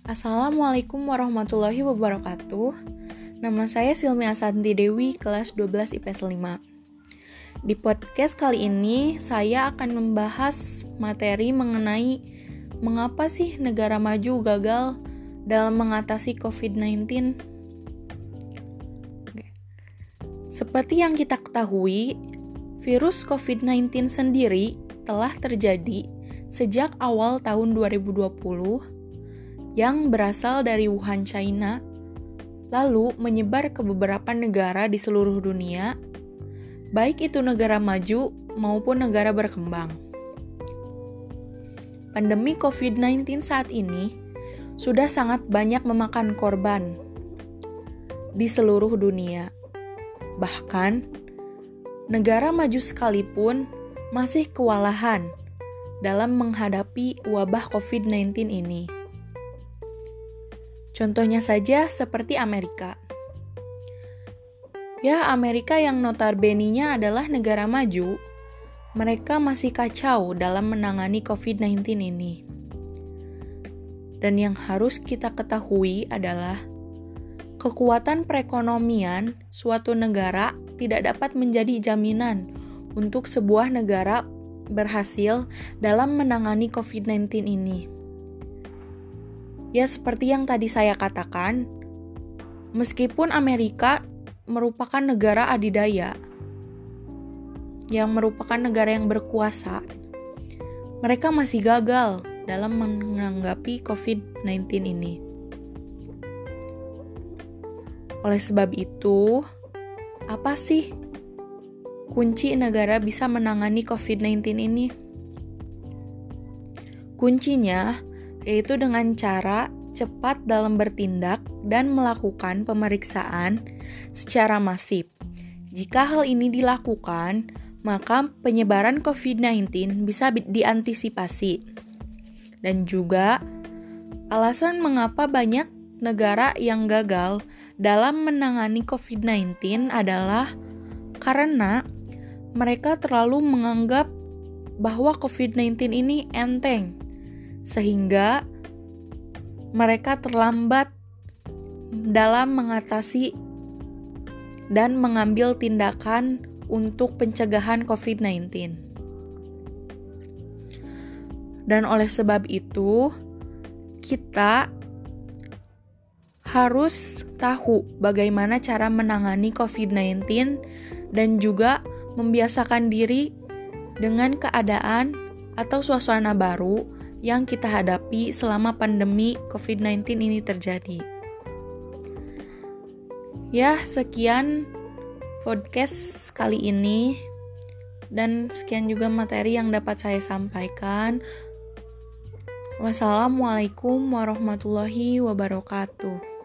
Assalamualaikum warahmatullahi wabarakatuh. Nama saya Silmi Asanti Dewi, kelas 12 IPS 5. Di podcast kali ini, saya akan membahas materi mengenai mengapa sih negara maju gagal dalam mengatasi COVID-19. Seperti yang kita ketahui, virus COVID-19 sendiri telah terjadi sejak awal tahun 2020 yang berasal dari Wuhan, China, lalu menyebar ke beberapa negara di seluruh dunia, baik itu negara maju maupun negara berkembang. Pandemi COVID-19 saat ini sudah sangat banyak memakan korban di seluruh dunia. Bahkan, negara maju sekalipun masih kewalahan dalam menghadapi wabah COVID-19 ini. Contohnya saja seperti Amerika. Ya, Amerika yang notabene-nya adalah negara maju, mereka masih kacau dalam menangani COVID-19 ini. Dan yang harus kita ketahui adalah kekuatan perekonomian suatu negara tidak dapat menjadi jaminan untuk sebuah negara berhasil dalam menangani COVID-19 ini. Ya, seperti yang tadi saya katakan, meskipun Amerika merupakan negara adidaya, yang merupakan negara yang berkuasa, mereka masih gagal dalam menanggapi COVID-19 ini. Oleh sebab itu, apa sih kunci negara bisa menangani COVID-19 ini? Kuncinya yaitu dengan cara cepat dalam bertindak dan melakukan pemeriksaan secara masif. Jika hal ini dilakukan, maka penyebaran COVID-19 bisa diantisipasi. Dan juga, alasan mengapa banyak negara yang gagal dalam menangani COVID-19 adalah karena mereka terlalu menganggap bahwa COVID-19 ini enteng, sehingga mereka terlambat dalam mengatasi dan mengambil tindakan untuk pencegahan COVID-19. Dan oleh sebab itu, kita harus tahu bagaimana cara menangani COVID-19 dan juga membiasakan diri dengan keadaan atau suasana baru yang kita hadapi selama pandemi COVID-19 ini terjadi. Ya, sekian podcast kali ini dan sekian juga materi yang dapat saya sampaikan. Wassalamualaikum warahmatullahi wabarakatuh.